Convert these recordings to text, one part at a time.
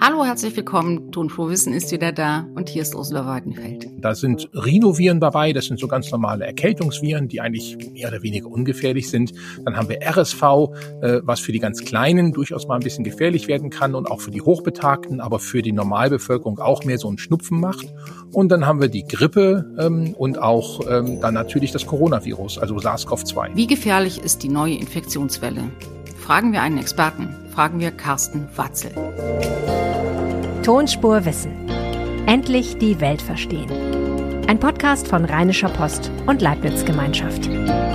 Hallo, herzlich willkommen. Tonspur Wissen ist wieder da und hier ist Ursula Weidenfeld. Da sind Rhinoviren dabei, das sind so ganz normale Erkältungsviren, die eigentlich mehr oder weniger ungefährlich sind. Dann haben wir RSV, was für die ganz Kleinen durchaus mal ein bisschen gefährlich werden kann und auch für die Hochbetagten, aber für die Normalbevölkerung auch mehr so einen Schnupfen macht. Und dann haben wir die Grippe und auch dann natürlich das Coronavirus, also SARS-CoV-2. Wie gefährlich ist die neue Infektionswelle? Fragen wir einen Experten. Fragen wir Carsten Watzel. Tonspur Wissen. Endlich die Welt verstehen. Ein Podcast von Rheinischer Post und Leibniz Gemeinschaft.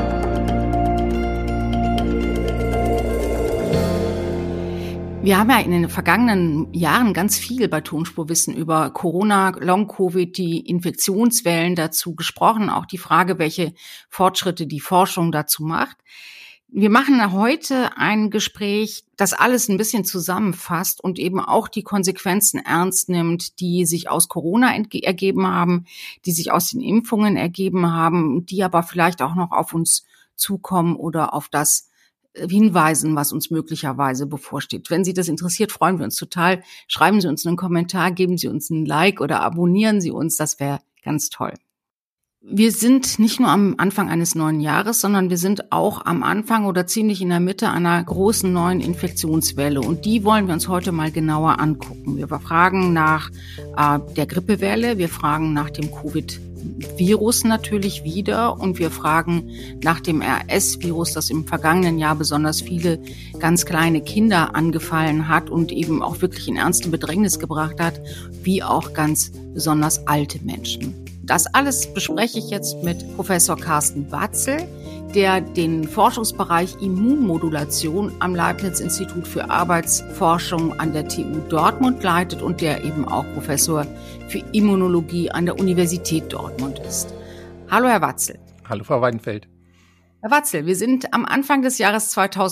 Wir haben ja in den vergangenen Jahren ganz viel bei Tonspur Wissen über Corona, Long-Covid, die Infektionswellen dazu gesprochen, auch die Frage, welche Fortschritte die Forschung dazu macht. Wir machen heute ein Gespräch, das alles ein bisschen zusammenfasst und eben auch die Konsequenzen ernst nimmt, die sich aus Corona ergeben haben, die sich aus den Impfungen ergeben haben, die aber vielleicht auch noch auf uns zukommen oder auf das hinweisen, was uns möglicherweise bevorsteht. Wenn Sie das interessiert, freuen wir uns total. Schreiben Sie uns einen Kommentar, geben Sie uns einen Like oder abonnieren Sie uns, das wäre ganz toll. Wir sind nicht nur am Anfang eines neuen Jahres, sondern wir sind auch am Anfang oder ziemlich in der Mitte einer großen neuen Infektionswelle. Und die wollen wir uns heute mal genauer angucken. Wir fragen nach der Grippewelle, wir fragen nach dem Covid-Virus natürlich wieder und wir fragen nach dem RS-Virus, das im vergangenen Jahr besonders viele ganz kleine Kinder angefallen hat und eben auch wirklich in ernste Bedrängnis gebracht hat, wie auch ganz besonders alte Menschen. Das alles bespreche ich jetzt mit Professor Carsten Watzel, der den Forschungsbereich Immunmodulation am Leibniz-Institut für Arbeitsforschung an der TU Dortmund leitet und der eben auch Professor für Immunologie an der Universität Dortmund ist. Hallo, Herr Watzel. Hallo, Frau Weidenfeld. Herr Watzel, wir sind am Anfang des Jahres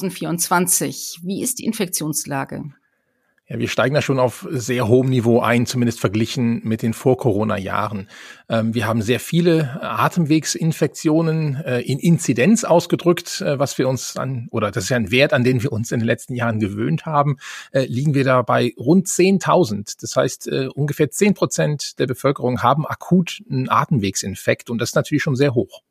2024. Wie ist die Infektionslage? Ja, wir steigen da schon auf sehr hohem Niveau ein, zumindest verglichen mit den Vor-Corona-Jahren. Wir haben sehr viele Atemwegsinfektionen in Inzidenz ausgedrückt, was wir uns oder das ist ja ein Wert, an den wir uns in den letzten Jahren gewöhnt haben, liegen wir da bei rund 10.000. Das heißt, ungefähr 10% der Bevölkerung haben akut einen Atemwegsinfekt und das ist natürlich schon sehr hoch.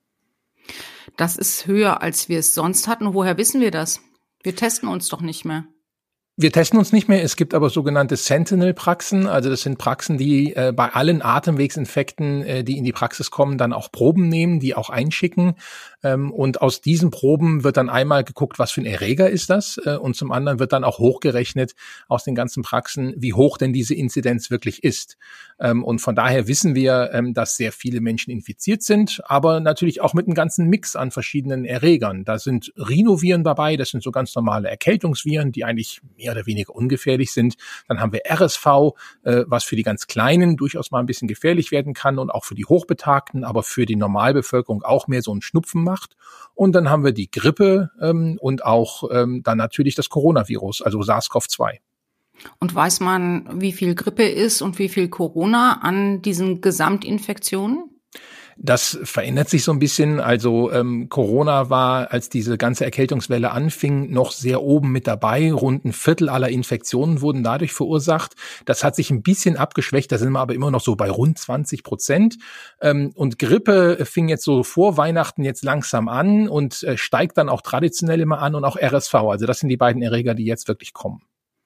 Das ist höher, als wir es sonst hatten. Woher wissen wir das? Wir testen uns doch nicht mehr. Wir testen uns nicht mehr. Es gibt aber sogenannte Sentinel-Praxen. Also das sind Praxen, die bei allen Atemwegsinfekten, die in die Praxis kommen, dann auch Proben nehmen, die auch einschicken. Und aus diesen Proben wird dann einmal geguckt, was für ein Erreger ist das. Und zum anderen wird dann auch hochgerechnet aus den ganzen Praxen, wie hoch denn diese Inzidenz wirklich ist. Und von daher wissen wir, dass sehr viele Menschen infiziert sind, aber natürlich auch mit einem ganzen Mix an verschiedenen Erregern. Da sind Rhinoviren dabei, das sind so ganz normale Erkältungsviren, die eigentlich mehr oder weniger ungefährlich sind. Dann haben wir RSV, was für die ganz Kleinen durchaus mal ein bisschen gefährlich werden kann und auch für die Hochbetagten, aber für die Normalbevölkerung auch mehr so einen Schnupfen macht. Und dann haben wir die Grippe und auch dann natürlich das Coronavirus, also SARS-CoV-2. Und weiß man, wie viel Grippe ist und wie viel Corona an diesen Gesamtinfektionen? Das verändert sich so ein bisschen. Also Corona war, als diese ganze Erkältungswelle anfing, noch sehr oben mit dabei. Rund ein Viertel aller Infektionen wurden dadurch verursacht. Das hat sich ein bisschen abgeschwächt. Da sind wir aber immer noch so bei rund 20%. Und Grippe fing jetzt so vor Weihnachten jetzt langsam an und steigt dann auch traditionell immer an und auch RSV. Also das sind die beiden Erreger, die jetzt wirklich kommen.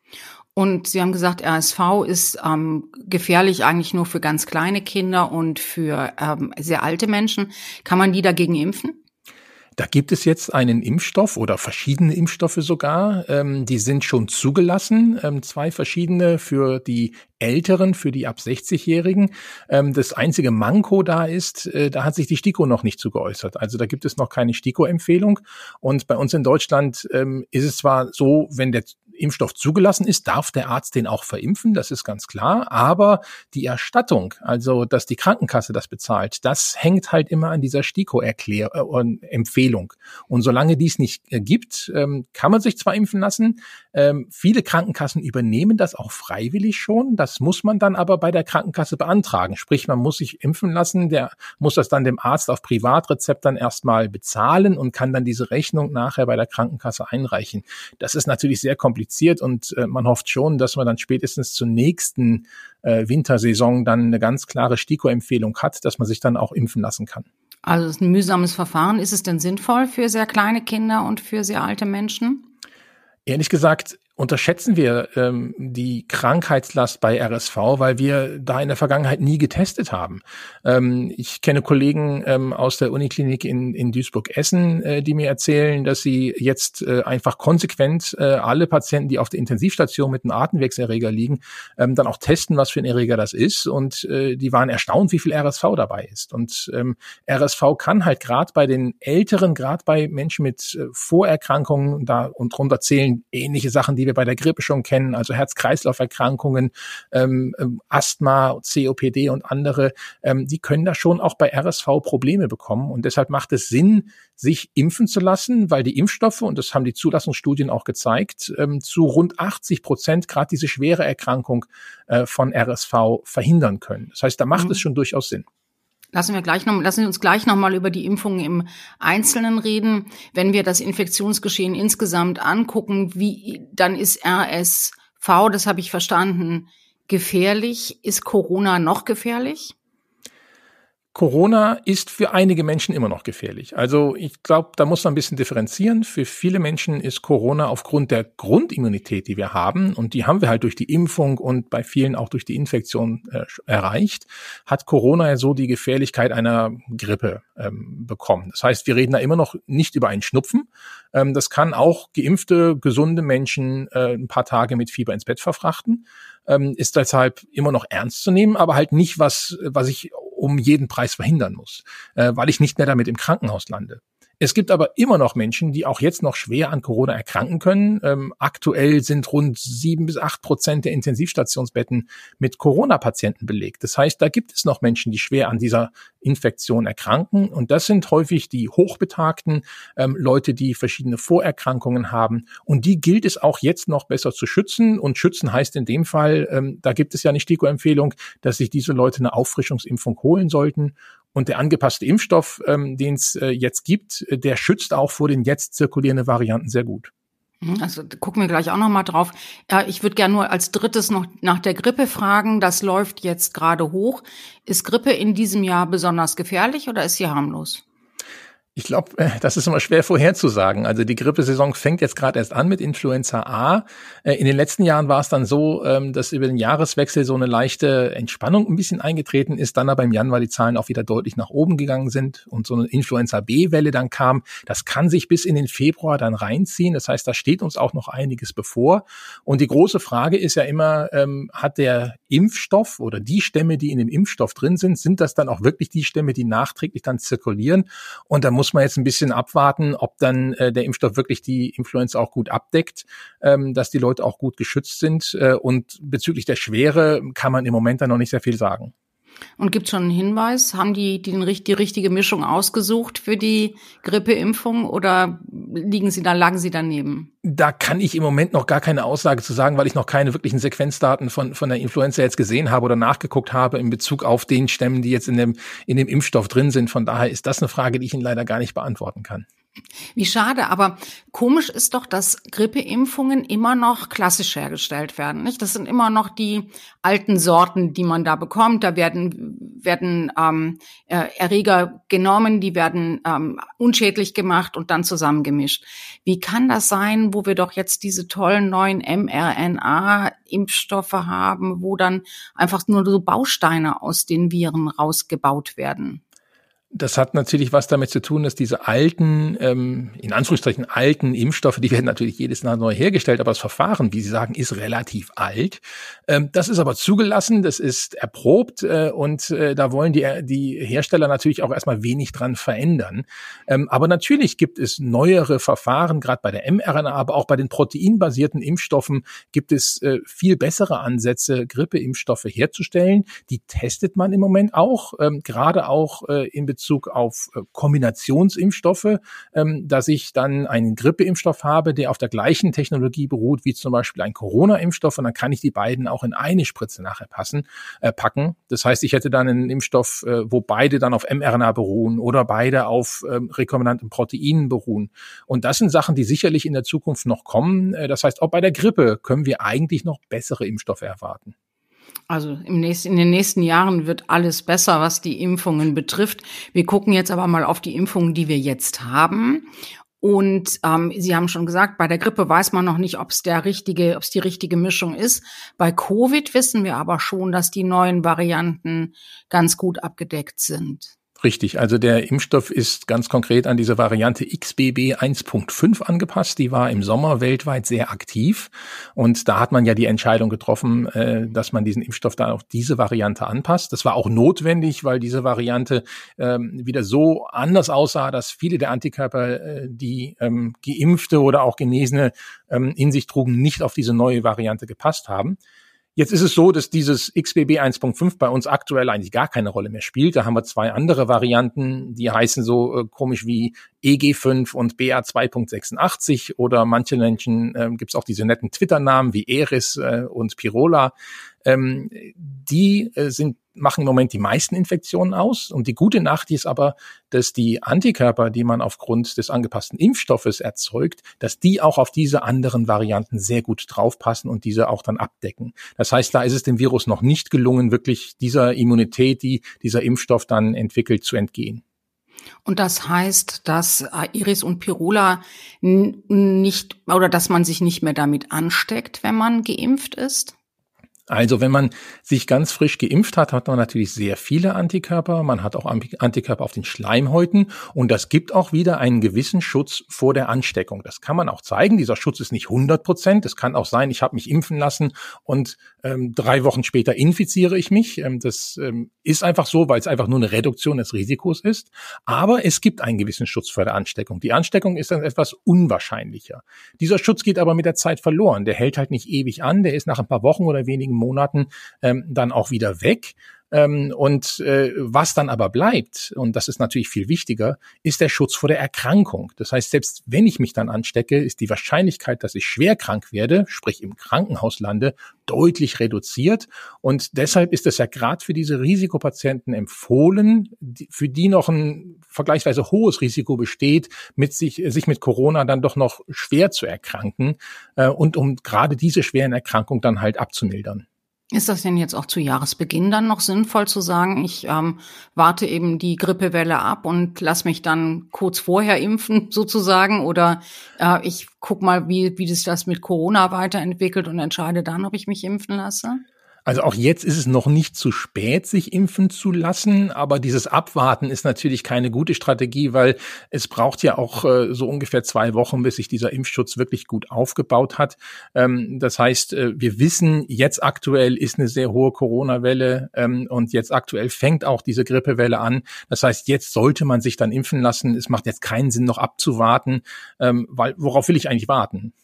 Und Sie haben gesagt, RSV ist gefährlich eigentlich nur für ganz kleine Kinder und für sehr alte Menschen. Kann man die dagegen impfen? Da gibt es jetzt einen Impfstoff oder verschiedene Impfstoffe sogar. Die sind schon zugelassen. 2 verschiedene für die Älteren, für die ab 60-Jährigen. Das einzige Manko da ist, da hat sich die STIKO noch nicht zu geäußert. Also da gibt es noch keine STIKO-Empfehlung. Und bei uns in Deutschland ist es zwar so, wenn der Impfstoff zugelassen ist, darf der Arzt den auch verimpfen, das ist ganz klar. Aber die Erstattung, also dass die Krankenkasse das bezahlt, das hängt halt immer an dieser STIKO-Empfehlung. Und solange dies nicht gibt, kann man sich zwar impfen lassen. Viele Krankenkassen übernehmen das auch freiwillig schon. Das muss man dann aber bei der Krankenkasse beantragen. Sprich, man muss sich impfen lassen, der muss das dann dem Arzt auf Privatrezept dann erstmal bezahlen und kann dann diese Rechnung nachher bei der Krankenkasse einreichen. Das ist natürlich sehr kompliziert infiziert und man hofft schon, dass man dann spätestens zur nächsten Wintersaison dann eine ganz klare STIKO-Empfehlung hat, dass man sich dann auch impfen lassen kann. Also es ist ein mühsames Verfahren. Ist es denn sinnvoll für sehr kleine Kinder und für sehr alte Menschen? Ehrlich gesagt unterschätzen wir die Krankheitslast bei RSV, weil wir da in der Vergangenheit nie getestet haben. Ich kenne Kollegen aus der Uniklinik in Duisburg-Essen, die mir erzählen, dass sie jetzt einfach konsequent alle Patienten, die auf der Intensivstation mit einem Atemwegserreger liegen, dann auch testen, was für ein Erreger das ist. Und die waren erstaunt, wie viel RSV dabei ist. Und RSV kann halt gerade bei den Älteren, gerade bei Menschen mit Vorerkrankungen, da und drunter zählen ähnliche Sachen, die wir bei der Grippe schon kennen, also Herz-Kreislauf-Erkrankungen, Asthma, COPD und andere, die können da schon auch bei RSV Probleme bekommen. Und deshalb macht es Sinn, sich impfen zu lassen, weil die Impfstoffe, und das haben die Zulassungsstudien auch gezeigt, zu rund 80% gerade diese schwere Erkrankung von RSV verhindern können. Das heißt, da macht es schon durchaus Sinn. Lassen wir uns gleich noch mal über die Impfungen im Einzelnen reden. Wenn wir das Infektionsgeschehen insgesamt angucken, dann ist RSV, das habe ich verstanden, gefährlich. Ist Corona noch gefährlich? Corona ist für einige Menschen immer noch gefährlich. Also ich glaube, da muss man ein bisschen differenzieren. Für viele Menschen ist Corona aufgrund der Grundimmunität, die wir haben, und die haben wir halt durch die Impfung und bei vielen auch durch die Infektion erreicht, hat Corona ja so die Gefährlichkeit einer Grippe bekommen. Das heißt, wir reden da immer noch nicht über einen Schnupfen. Das kann auch geimpfte, gesunde Menschen ein paar Tage mit Fieber ins Bett verfrachten. Ist deshalb immer noch ernst zu nehmen, aber halt nicht was ich um jeden Preis verhindern muss, weil ich nicht mehr damit im Krankenhaus lande. Es gibt aber immer noch Menschen, die auch jetzt noch schwer an Corona erkranken können. Aktuell sind rund 7-8% der Intensivstationsbetten mit Corona-Patienten belegt. Das heißt, da gibt es noch Menschen, die schwer an dieser Infektion erkranken. Und das sind häufig die Hochbetagten, Leute, die verschiedene Vorerkrankungen haben. Und die gilt es auch jetzt noch besser zu schützen. Und schützen heißt in dem Fall, da gibt es ja eine STIKO-Empfehlung, dass sich diese Leute eine Auffrischungsimpfung holen sollten. Und der angepasste Impfstoff, den es jetzt gibt, der schützt auch vor den jetzt zirkulierenden Varianten sehr gut. Also gucken wir gleich auch noch mal drauf. Ich würde gerne nur als drittes noch nach der Grippe fragen. Das läuft jetzt gerade hoch. Ist Grippe in diesem Jahr besonders gefährlich oder ist sie harmlos? Ich glaube, das ist immer schwer vorherzusagen. Also die Grippesaison fängt jetzt gerade erst an mit Influenza A. In den letzten Jahren war es dann so, dass über den Jahreswechsel so eine leichte Entspannung ein bisschen eingetreten ist, dann aber im Januar die Zahlen auch wieder deutlich nach oben gegangen sind und so eine Influenza B-Welle dann kam. Das kann sich bis in den Februar dann reinziehen. Das heißt, da steht uns auch noch einiges bevor. Und die große Frage ist ja immer, hat der Impfstoff oder die Stämme, die in dem Impfstoff drin sind das dann auch wirklich die Stämme, die nachträglich dann zirkulieren? Und da muss man jetzt ein bisschen abwarten, ob dann der Impfstoff wirklich die Influenza auch gut abdeckt, dass die Leute auch gut geschützt sind. Und bezüglich der Schwere kann man im Moment dann noch nicht sehr viel sagen. Und gibt es schon einen Hinweis? Haben die richtige Mischung ausgesucht für die Grippeimpfung oder lagen sie daneben? Da kann ich im Moment noch gar keine Aussage zu sagen, weil ich noch keine wirklichen Sequenzdaten von der Influenza jetzt gesehen habe oder nachgeguckt habe in Bezug auf den Stämmen, die jetzt in dem Impfstoff drin sind. Von daher ist das eine Frage, die ich Ihnen leider gar nicht beantworten kann. Wie schade, aber komisch ist doch, dass Grippeimpfungen immer noch klassisch hergestellt werden, nicht? Das sind immer noch die alten Sorten, die man da bekommt. Da werden Erreger genommen, die werden unschädlich gemacht und dann zusammengemischt. Wie kann das sein, wo wir doch jetzt diese tollen neuen mRNA-Impfstoffe haben, wo dann einfach nur so Bausteine aus den Viren rausgebaut werden? Das hat natürlich was damit zu tun, dass diese alten, in Anführungsstrichen alten Impfstoffe, die werden natürlich jedes Jahr neu hergestellt, aber das Verfahren, wie Sie sagen, ist relativ alt. Das ist aber zugelassen, das ist erprobt und da wollen die Hersteller natürlich auch erstmal wenig dran verändern. Aber natürlich gibt es neuere Verfahren, gerade bei der mRNA, aber auch bei den proteinbasierten Impfstoffen gibt es viel bessere Ansätze, Grippeimpfstoffe herzustellen. Die testet man im Moment auch, gerade auch in Bezug Bezug auf Kombinationsimpfstoffe, dass ich dann einen Grippeimpfstoff habe, der auf der gleichen Technologie beruht wie zum Beispiel ein Corona-Impfstoff, und dann kann ich die beiden auch in eine Spritze nachher packen. Das heißt, ich hätte dann einen Impfstoff, wo beide dann auf mRNA beruhen oder beide auf rekombinanten Proteinen beruhen. Und das sind Sachen, die sicherlich in der Zukunft noch kommen. Das heißt, auch bei der Grippe können wir eigentlich noch bessere Impfstoffe erwarten. Also in den nächsten Jahren wird alles besser, was die Impfungen betrifft. Wir gucken jetzt aber mal auf die Impfungen, die wir jetzt haben. Und Sie haben schon gesagt, bei der Grippe weiß man noch nicht, ob es die richtige Mischung ist. Bei Covid wissen wir aber schon, dass die neuen Varianten ganz gut abgedeckt sind. Richtig, also der Impfstoff ist ganz konkret an diese Variante XBB 1.5 angepasst. Die war im Sommer weltweit sehr aktiv, und da hat man ja die Entscheidung getroffen, dass man diesen Impfstoff dann auf diese Variante anpasst. Das war auch notwendig, weil diese Variante wieder so anders aussah, dass viele der Antikörper, die Geimpfte oder auch Genesene in sich trugen, nicht auf diese neue Variante gepasst haben. Jetzt ist es so, dass dieses XBB 1.5 bei uns aktuell eigentlich gar keine Rolle mehr spielt. Da haben wir zwei andere Varianten, die heißen so komisch wie EG5 und BA2.86, oder manche Menschen gibt's auch diese netten Twitter-Namen wie Eris und Pirola. Die machen im Moment die meisten Infektionen aus. Und die gute Nachricht ist aber, dass die Antikörper, die man aufgrund des angepassten Impfstoffes erzeugt, dass die auch auf diese anderen Varianten sehr gut draufpassen und diese auch dann abdecken. Das heißt, da ist es dem Virus noch nicht gelungen, wirklich dieser Immunität, die dieser Impfstoff dann entwickelt, zu entgehen. Und das heißt, dass Eris und Pirola nicht, oder dass man sich nicht mehr damit ansteckt, wenn man geimpft ist? Also wenn man sich ganz frisch geimpft hat, hat man natürlich sehr viele Antikörper. Man hat auch Antikörper auf den Schleimhäuten, und das gibt auch wieder einen gewissen Schutz vor der Ansteckung. Das kann man auch zeigen. Dieser Schutz ist nicht 100%. Es kann auch sein, ich habe mich impfen lassen und 3 Wochen später infiziere ich mich. Das ist einfach so, weil es einfach nur eine Reduktion des Risikos ist. Aber es gibt einen gewissen Schutz vor der Ansteckung. Die Ansteckung ist dann etwas unwahrscheinlicher. Dieser Schutz geht aber mit der Zeit verloren. Der hält halt nicht ewig an. Der ist nach ein paar Wochen oder wenigen Monaten dann auch wieder weg. Was dann aber bleibt, und das ist natürlich viel wichtiger, ist der Schutz vor der Erkrankung. Das heißt, selbst wenn ich mich dann anstecke, ist die Wahrscheinlichkeit, dass ich schwer krank werde, sprich im Krankenhaus lande, deutlich reduziert. Und deshalb ist es ja gerade für diese Risikopatienten empfohlen, für die noch ein vergleichsweise hohes Risiko besteht, sich mit Corona dann doch noch schwer zu erkranken, und um gerade diese schweren Erkrankungen dann halt abzumildern. Ist das denn jetzt auch zu Jahresbeginn dann noch sinnvoll zu sagen, ich warte eben die Grippewelle ab und lass mich dann kurz vorher impfen sozusagen, oder ich guck mal, wie sich das mit Corona weiterentwickelt und entscheide dann, ob ich mich impfen lasse? Also auch jetzt ist es noch nicht zu spät, sich impfen zu lassen, aber dieses Abwarten ist natürlich keine gute Strategie, weil es braucht ja auch so ungefähr 2 Wochen, bis sich dieser Impfschutz wirklich gut aufgebaut hat. Das heißt, wir wissen, jetzt aktuell ist eine sehr hohe Corona-Welle, und jetzt aktuell fängt auch diese Grippewelle an. Das heißt, jetzt sollte man sich dann impfen lassen. Es macht jetzt keinen Sinn, noch abzuwarten, weil worauf will ich eigentlich warten?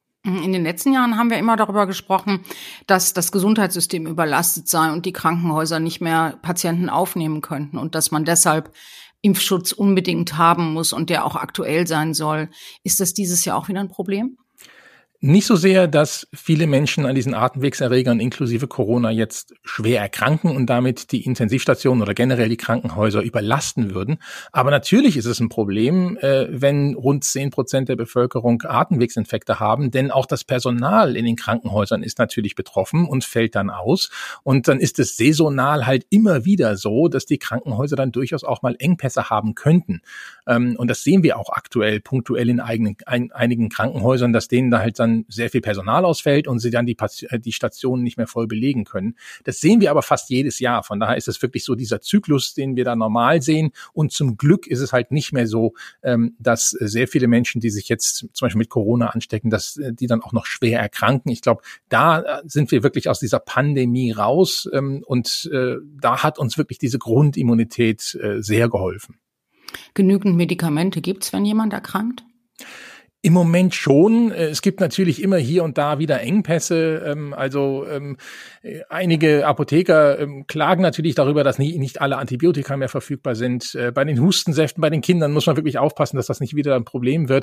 In den letzten Jahren haben wir immer darüber gesprochen, dass das Gesundheitssystem überlastet sei und die Krankenhäuser nicht mehr Patienten aufnehmen könnten und dass man deshalb Impfschutz unbedingt haben muss und der auch aktuell sein soll. Ist das dieses Jahr auch wieder ein Problem? Nicht so sehr, dass viele Menschen an diesen Atemwegserregern inklusive Corona jetzt schwer erkranken und damit die Intensivstationen oder generell die Krankenhäuser überlasten würden. Aber natürlich ist es ein Problem, wenn rund 10% der Bevölkerung Atemwegsinfekte haben, denn auch das Personal in den Krankenhäusern ist natürlich betroffen und fällt dann aus. Und dann ist es saisonal halt immer wieder so, dass die Krankenhäuser dann durchaus auch mal Engpässe haben könnten. Und das sehen wir auch aktuell punktuell in einigen Krankenhäusern, dass denen da halt dann sehr viel Personal ausfällt und sie dann die Stationen nicht mehr voll belegen können. Das sehen wir aber fast jedes Jahr. Von daher ist es wirklich so dieser Zyklus, den wir da normal sehen. Und zum Glück ist es halt nicht mehr so, dass sehr viele Menschen, die sich jetzt zum Beispiel mit Corona anstecken, dass die dann auch noch schwer erkranken. Ich glaube, da sind wir wirklich aus dieser Pandemie raus, und da hat uns wirklich diese Grundimmunität sehr geholfen. Genügend Medikamente gibt's, wenn jemand erkrankt? Im Moment schon. Es gibt natürlich immer hier und da wieder Engpässe. Einige Apotheker klagen natürlich darüber, dass nicht alle Antibiotika mehr verfügbar sind. Bei den Hustensäften, bei den Kindern muss man wirklich aufpassen, dass das nicht wieder ein Problem wird.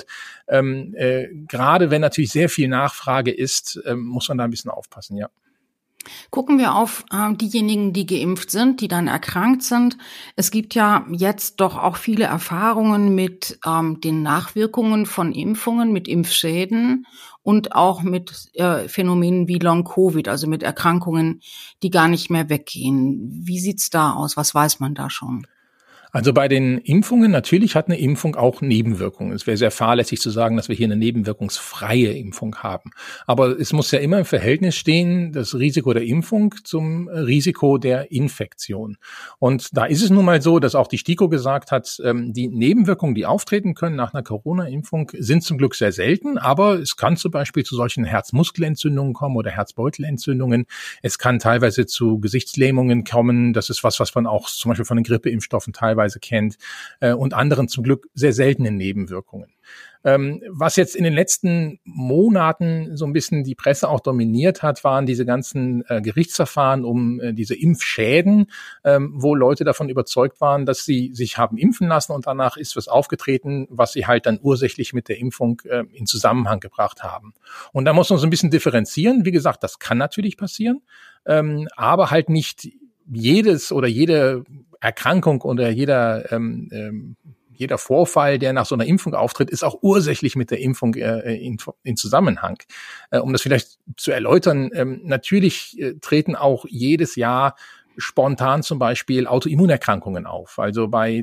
Gerade wenn natürlich sehr viel Nachfrage ist, muss man da ein bisschen aufpassen, ja. Gucken wir auf diejenigen, die geimpft sind, die dann erkrankt sind. Es gibt ja jetzt doch auch viele Erfahrungen mit den Nachwirkungen von Impfungen, mit Impfschäden und auch mit Phänomenen wie Long-Covid, also mit Erkrankungen, die gar nicht mehr weggehen. Wie sieht's da aus? Was weiß man da schon? Also bei den Impfungen, natürlich hat eine Impfung auch Nebenwirkungen. Es wäre sehr fahrlässig zu sagen, dass wir hier eine nebenwirkungsfreie Impfung haben. Aber es muss ja immer im Verhältnis stehen, das Risiko der Impfung zum Risiko der Infektion. Und da ist es nun mal so, dass auch die STIKO gesagt hat, die Nebenwirkungen, die auftreten können nach einer Corona-Impfung, sind zum Glück sehr selten. Aber es kann zum Beispiel zu solchen Herzmuskelentzündungen kommen oder Herzbeutelentzündungen. Es kann teilweise zu Gesichtslähmungen kommen. Das ist was man auch zum Beispiel von den Grippeimpfstoffen teilweise kennt, und anderen zum Glück sehr seltenen Nebenwirkungen. Was jetzt in den letzten Monaten so ein bisschen die Presse auch dominiert hat, waren diese ganzen Gerichtsverfahren um diese Impfschäden, wo Leute davon überzeugt waren, dass sie sich haben impfen lassen und danach ist was aufgetreten, was sie halt dann ursächlich mit der Impfung in Zusammenhang gebracht haben. Und da muss man so ein bisschen differenzieren. Wie gesagt, das kann natürlich passieren, aber halt nicht jedes oder jede Erkrankung oder jeder Vorfall, der nach so einer Impfung auftritt, ist auch ursächlich mit der Impfung in Zusammenhang. Um das vielleicht zu erläutern, natürlich treten auch jedes Jahr spontan zum Beispiel Autoimmunerkrankungen auf. Also bei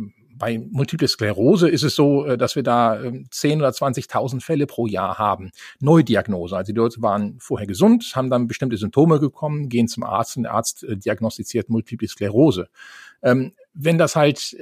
Multiple Sklerose ist es so, dass wir da 10.000 oder 20.000 Fälle pro Jahr haben. Neudiagnose. Also die Leute waren vorher gesund, haben dann bestimmte Symptome bekommen, gehen zum Arzt und der Arzt diagnostiziert Multiple Sklerose. Wenn das halt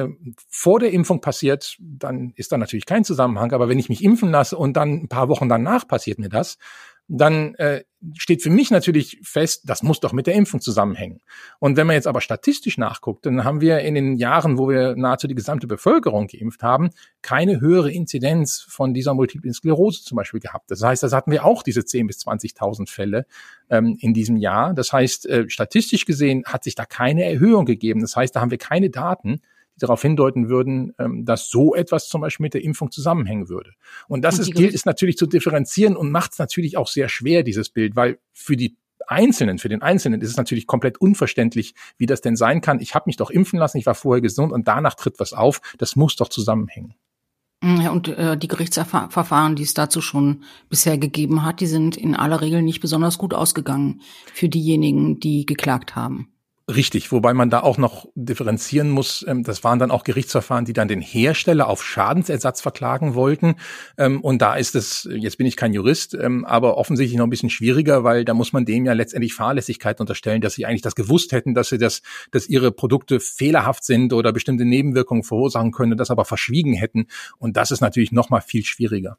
vor der Impfung passiert, dann ist da natürlich kein Zusammenhang. Aber wenn ich mich impfen lasse und dann ein paar Wochen danach passiert mir das, dann steht für mich natürlich fest, das muss doch mit der Impfung zusammenhängen. Und wenn man jetzt aber statistisch nachguckt, dann haben wir in den Jahren, wo wir nahezu die gesamte Bevölkerung geimpft haben, keine höhere Inzidenz von dieser Multiplen Sklerose zum Beispiel gehabt. Das heißt, das hatten wir auch diese 10.000 bis 20.000 Fälle in diesem Jahr. Das heißt, statistisch gesehen hat sich da keine Erhöhung gegeben. Das heißt, da haben wir keine Daten, die darauf hindeuten würden, dass so etwas zum Beispiel mit der Impfung zusammenhängen würde. Und gilt es natürlich zu differenzieren und macht es natürlich auch sehr schwer, dieses Bild, weil für den Einzelnen ist es natürlich komplett unverständlich, wie das denn sein kann. Ich habe mich doch impfen lassen, ich war vorher gesund und danach tritt was auf. Das muss doch zusammenhängen. Ja, und die Gerichtsverfahren, die es dazu schon bisher gegeben hat, die sind in aller Regel nicht besonders gut ausgegangen für diejenigen, die geklagt haben. Richtig, wobei man da auch noch differenzieren muss. Das waren dann auch Gerichtsverfahren, die dann den Hersteller auf Schadensersatz verklagen wollten. Und da ist es, jetzt bin ich kein Jurist, aber offensichtlich noch ein bisschen schwieriger, weil da muss man dem ja letztendlich Fahrlässigkeit unterstellen, dass sie eigentlich das gewusst hätten, dass ihre Produkte fehlerhaft sind oder bestimmte Nebenwirkungen verursachen können, das aber verschwiegen hätten. Und das ist natürlich noch mal viel schwieriger.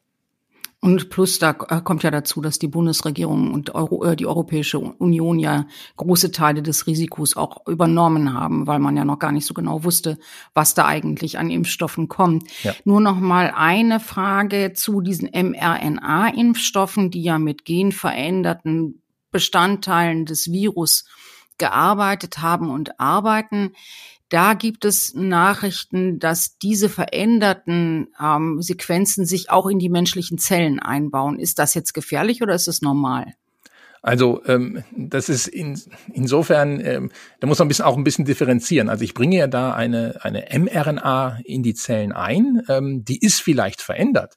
Und plus, da kommt ja dazu, dass die Bundesregierung und die Europäische Union ja große Teile des Risikos auch übernommen haben, weil man ja noch gar nicht so genau wusste, was da eigentlich an Impfstoffen kommt. Ja. Nur noch mal eine Frage zu diesen mRNA-Impfstoffen, die ja mit genveränderten Bestandteilen des Virus gearbeitet haben und arbeiten. Da gibt es Nachrichten, dass diese veränderten Sequenzen sich auch in die menschlichen Zellen einbauen. Ist das jetzt gefährlich oder ist es normal? Also das ist insofern, da muss man auch ein bisschen differenzieren. Also ich bringe ja da eine mRNA in die Zellen ein, die ist vielleicht verändert.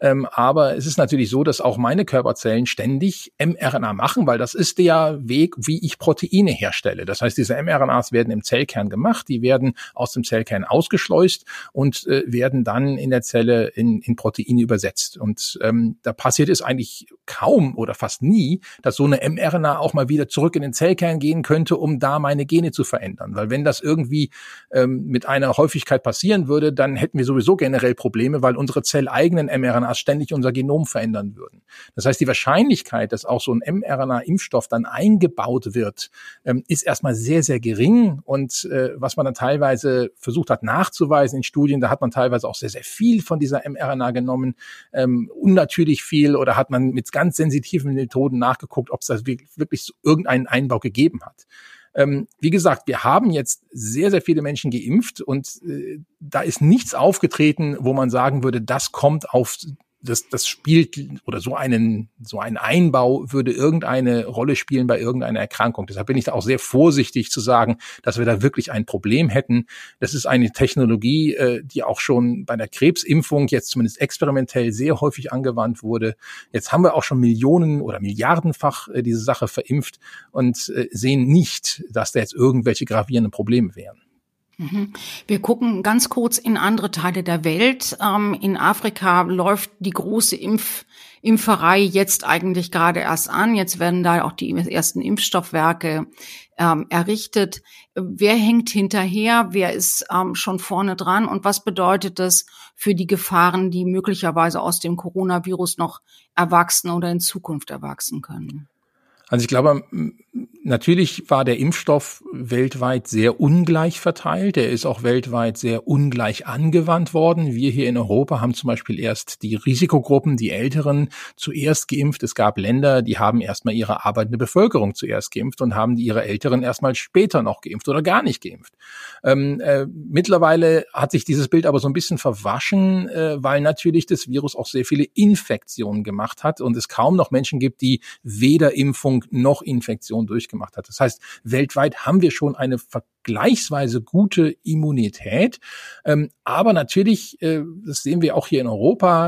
Aber es ist natürlich so, dass auch meine Körperzellen ständig mRNA machen, weil das ist der Weg, wie ich Proteine herstelle. Das heißt, diese mRNAs werden im Zellkern gemacht, die werden aus dem Zellkern ausgeschleust und werden dann in der Zelle in Proteine übersetzt. Und da passiert es eigentlich kaum oder fast nie, dass so eine eine mRNA auch mal wieder zurück in den Zellkern gehen könnte, um da meine Gene zu verändern. Weil wenn das irgendwie mit einer Häufigkeit passieren würde, dann hätten wir sowieso generell Probleme, weil unsere zelleigenen mRNAs ständig unser Genom verändern würden. Das heißt, die Wahrscheinlichkeit, dass auch so ein mRNA-Impfstoff dann eingebaut wird, ist erstmal sehr, sehr gering. Und was man dann teilweise versucht hat nachzuweisen in Studien, da hat man teilweise auch sehr, sehr viel von dieser mRNA genommen, unnatürlich viel, oder hat man mit ganz sensitiven Methoden nachgeguckt, ob es da wirklich so irgendeinen Einbau gegeben hat. Wie gesagt, wir haben jetzt sehr, sehr viele Menschen geimpft und da ist nichts aufgetreten, wo man sagen würde, das kommt auf das spielt, oder so ein Einbau würde irgendeine Rolle spielen bei irgendeiner Erkrankung. Deshalb bin ich da auch sehr vorsichtig zu sagen, dass wir da wirklich ein Problem hätten. Das ist eine Technologie, die auch schon bei der Krebsimpfung jetzt zumindest experimentell sehr häufig angewandt wurde. Jetzt haben wir auch schon Millionen- oder milliardenfach diese Sache verimpft und sehen nicht, dass da jetzt irgendwelche gravierenden Probleme wären. Wir gucken ganz kurz in andere Teile der Welt. In Afrika läuft die große Impferei jetzt eigentlich gerade erst an. Jetzt werden da auch die ersten Impfstoffwerke errichtet. Wer hängt hinterher? Wer ist schon vorne dran? Und was bedeutet das für die Gefahren, die möglicherweise aus dem Coronavirus noch erwachsen oder in Zukunft erwachsen können? Also ich glaube, natürlich war der Impfstoff weltweit sehr ungleich verteilt. Er ist auch weltweit sehr ungleich angewandt worden. Wir hier in Europa haben zum Beispiel erst die Risikogruppen, die Älteren, zuerst geimpft. Es gab Länder, die haben erstmal ihre arbeitende Bevölkerung zuerst geimpft und haben ihre Älteren erstmal später noch geimpft oder gar nicht geimpft. Mittlerweile hat sich dieses Bild aber so ein bisschen verwaschen, weil natürlich das Virus auch sehr viele Infektionen gemacht hat und es kaum noch Menschen gibt, die weder Impfung noch Infektion durchgemacht hat. Das heißt, weltweit haben wir schon eine vergleichsweise gute Immunität. Aber natürlich, das sehen wir auch hier in Europa,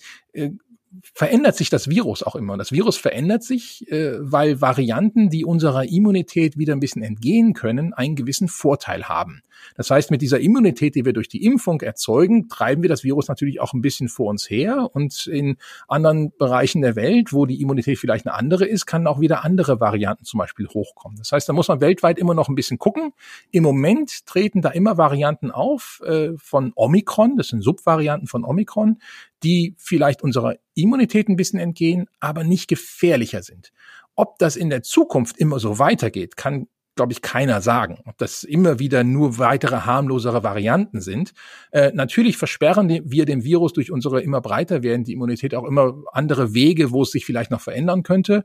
verändert sich das Virus auch immer. Das Virus verändert sich, weil Varianten, die unserer Immunität wieder ein bisschen entgehen können, einen gewissen Vorteil haben. Das heißt, mit dieser Immunität, die wir durch die Impfung erzeugen, treiben wir das Virus natürlich auch ein bisschen vor uns her. Und in anderen Bereichen der Welt, wo die Immunität vielleicht eine andere ist, kann auch wieder andere Varianten zum Beispiel hochkommen. Das heißt, da muss man weltweit immer noch ein bisschen gucken. Im Moment treten da immer Varianten auf von Omikron, das sind Subvarianten von Omikron, die vielleicht unserer Immunität ein bisschen entgehen, aber nicht gefährlicher sind. Ob das in der Zukunft immer so weitergeht, kann, glaube ich, keiner sagen. Ob das immer wieder nur weitere harmlosere Varianten sind. Natürlich versperren wir dem Virus durch unsere immer breiter werdende Immunität auch immer andere Wege, wo es sich vielleicht noch verändern könnte.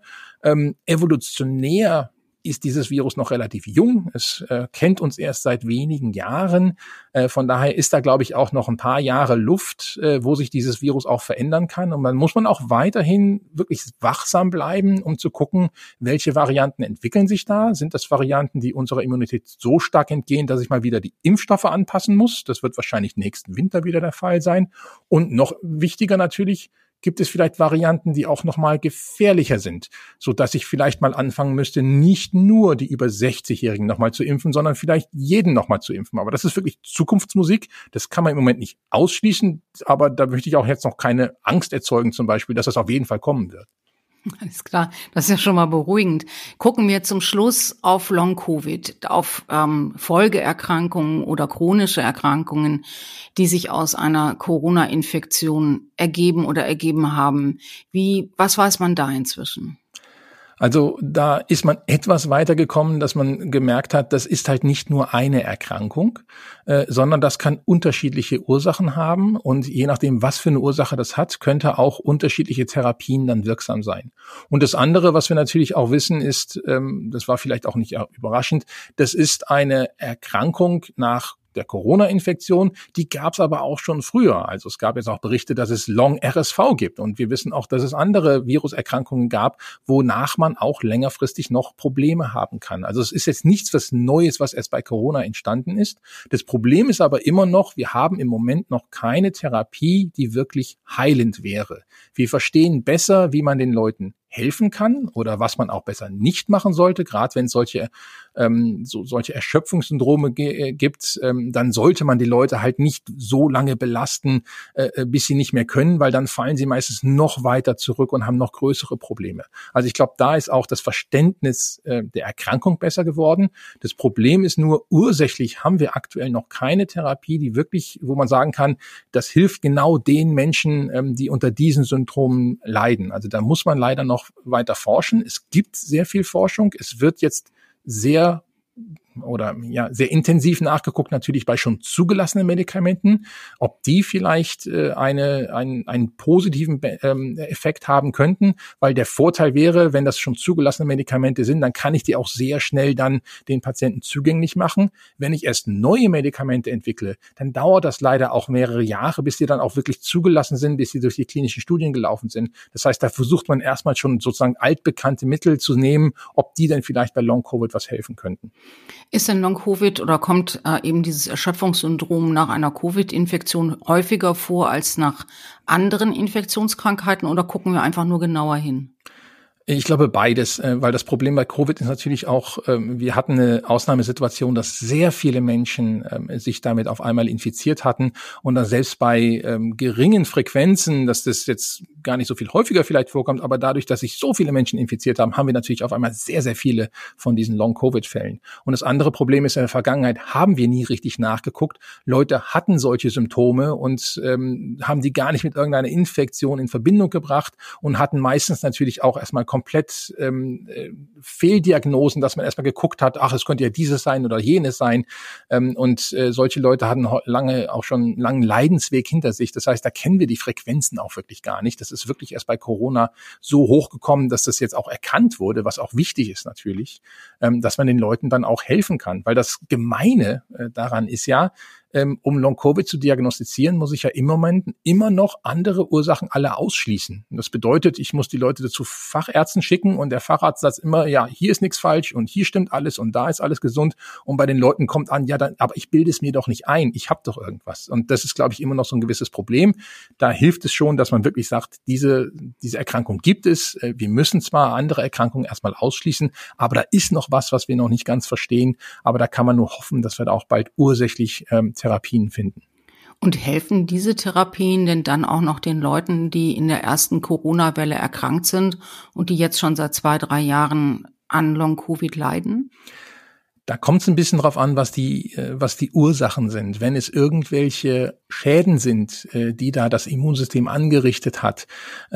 Evolutionär ist dieses Virus noch relativ jung. Es kennt uns erst seit wenigen Jahren. Von daher ist da, glaube ich, auch noch ein paar Jahre Luft, wo sich dieses Virus auch verändern kann. Und dann muss man auch weiterhin wirklich wachsam bleiben, um zu gucken, welche Varianten entwickeln sich da. Sind das Varianten, die unserer Immunität so stark entgehen, dass ich mal wieder die Impfstoffe anpassen muss? Das wird wahrscheinlich nächsten Winter wieder der Fall sein. Und noch wichtiger natürlich, gibt es vielleicht Varianten, die auch nochmal gefährlicher sind, so dass ich vielleicht mal anfangen müsste, nicht nur die über 60-Jährigen nochmal zu impfen, sondern vielleicht jeden nochmal zu impfen. Aber das ist wirklich Zukunftsmusik. Das kann man im Moment nicht ausschließen. Aber da möchte ich auch jetzt noch keine Angst erzeugen, zum Beispiel, dass das auf jeden Fall kommen wird. Alles klar, das ist ja schon mal beruhigend. Gucken wir zum Schluss auf Long-Covid, auf Folgeerkrankungen oder chronische Erkrankungen, die sich aus einer Corona-Infektion ergeben oder ergeben haben. Was weiß man da inzwischen? Also da ist man etwas weitergekommen, dass man gemerkt hat, das ist halt nicht nur eine Erkrankung, sondern das kann unterschiedliche Ursachen haben und je nachdem, was für eine Ursache das hat, könnte auch unterschiedliche Therapien dann wirksam sein. Und das andere, was wir natürlich auch wissen, ist, das war vielleicht auch nicht überraschend, das ist eine Erkrankung nach der Corona-Infektion, die gab es aber auch schon früher. Also es gab jetzt auch Berichte, dass es Long-RSV gibt und wir wissen auch, dass es andere Viruserkrankungen gab, wonach man auch längerfristig noch Probleme haben kann. Also es ist jetzt nichts was Neues, was erst bei Corona entstanden ist. Das Problem ist aber immer noch, wir haben im Moment noch keine Therapie, die wirklich heilend wäre. Wir verstehen besser, wie man den Leuten helfen kann oder was man auch besser nicht machen sollte, gerade wenn es solche Erschöpfungssyndrome gibt, dann sollte man die Leute halt nicht so lange belasten, bis sie nicht mehr können, weil dann fallen sie meistens noch weiter zurück und haben noch größere Probleme. Also ich glaube, da ist auch das Verständnis der Erkrankung besser geworden. Das Problem ist nur, ursächlich haben wir aktuell noch keine Therapie, die wirklich, wo man sagen kann, das hilft genau den Menschen, die unter diesen Symptomen leiden. Also da muss man leider noch weiter forschen. Es gibt sehr viel Forschung. Es wird jetzt sehr intensiv nachgeguckt, natürlich bei schon zugelassenen Medikamenten, ob die vielleicht einen positiven Effekt haben könnten, weil der Vorteil wäre, wenn das schon zugelassene Medikamente sind, dann kann ich die auch sehr schnell dann den Patienten zugänglich machen. Wenn ich erst neue Medikamente entwickle, dann dauert das leider auch mehrere Jahre, bis die dann auch wirklich zugelassen sind, bis sie durch die klinischen Studien gelaufen sind. Das heißt, da versucht man erstmal schon sozusagen altbekannte Mittel zu nehmen, ob die denn vielleicht bei Long-Covid was helfen könnten. Ist denn Long-Covid oder kommt eben dieses Erschöpfungssyndrom nach einer Covid-Infektion häufiger vor als nach anderen Infektionskrankheiten oder gucken wir einfach nur genauer hin? Ich glaube beides, weil das Problem bei Covid ist natürlich auch, wir hatten eine Ausnahmesituation, dass sehr viele Menschen sich damit auf einmal infiziert hatten und dann selbst bei geringen Frequenzen, dass das jetzt gar nicht so viel häufiger vielleicht vorkommt, aber dadurch, dass sich so viele Menschen infiziert haben, haben wir natürlich auf einmal sehr, sehr viele von diesen Long-Covid-Fällen. Und das andere Problem ist, in der Vergangenheit haben wir nie richtig nachgeguckt. Leute hatten solche Symptome und haben die gar nicht mit irgendeiner Infektion in Verbindung gebracht und hatten meistens natürlich auch erstmal komplett Fehldiagnosen, dass man erstmal geguckt hat, ach, es könnte ja dieses sein oder jenes sein. Solche Leute hatten auch schon einen langen Leidensweg hinter sich. Das heißt, da kennen wir die Frequenzen auch wirklich gar nicht. Das ist wirklich erst bei Corona so hochgekommen, dass das jetzt auch erkannt wurde, was auch wichtig ist natürlich, dass man den Leuten dann auch helfen kann. Weil das Gemeine daran ist ja, um Long-Covid zu diagnostizieren, muss ich ja im Moment immer noch andere Ursachen alle ausschließen. Das bedeutet, ich muss die Leute zu Fachärzten schicken und der Facharzt sagt immer, ja, hier ist nichts falsch und hier stimmt alles und da ist alles gesund. Und bei den Leuten kommt an, ja, aber ich bilde es mir doch nicht ein, ich habe doch irgendwas. Und das ist, glaube ich, immer noch so ein gewisses Problem. Da hilft es schon, dass man wirklich sagt, diese Erkrankung gibt es. Wir müssen zwar andere Erkrankungen erstmal ausschließen, aber da ist noch was wir noch nicht ganz verstehen. Aber da kann man nur hoffen, dass wir da auch bald ursächlich Therapien finden. Und helfen diese Therapien denn dann auch noch den Leuten, die in der ersten Corona-Welle erkrankt sind und die jetzt schon seit 2-3 Jahren an Long-Covid leiden? Da kommt es ein bisschen drauf an, was die Ursachen sind. Wenn es irgendwelche Schäden sind, die da das Immunsystem angerichtet hat,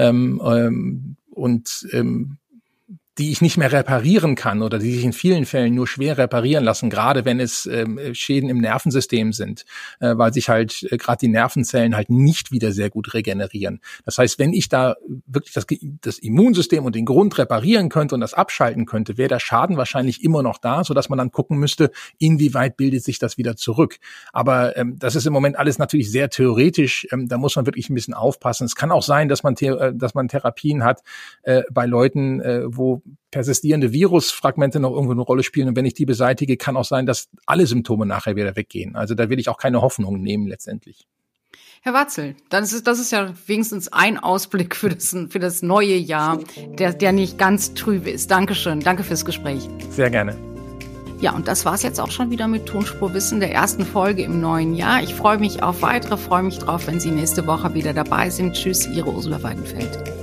die ich nicht mehr reparieren kann oder die sich in vielen Fällen nur schwer reparieren lassen, gerade wenn es Schäden im Nervensystem sind, weil sich halt gerade die Nervenzellen halt nicht wieder sehr gut regenerieren. Das heißt, wenn ich da wirklich das Immunsystem und den Grund reparieren könnte und das abschalten könnte, wäre der Schaden wahrscheinlich immer noch da, sodass man dann gucken müsste, inwieweit bildet sich das wieder zurück. Aber das ist im Moment alles natürlich sehr theoretisch. Da muss man wirklich ein bisschen aufpassen. Es kann auch sein, dass man Therapien hat bei Leuten, wo persistierende Virusfragmente noch irgendwo eine Rolle spielen. Und wenn ich die beseitige, kann auch sein, dass alle Symptome nachher wieder weggehen. Also da will ich auch keine Hoffnung nehmen letztendlich. Herr Watzel, das ist ja wenigstens ein Ausblick für das neue Jahr, der nicht ganz trübe ist. Dankeschön. Danke fürs Gespräch. Sehr gerne. Ja, und das war's jetzt auch schon wieder mit Tonspurwissen, der ersten Folge im neuen Jahr. Ich freue mich auf weitere, freue mich drauf, wenn Sie nächste Woche wieder dabei sind. Tschüss, Ihre Ursula Weidenfeld.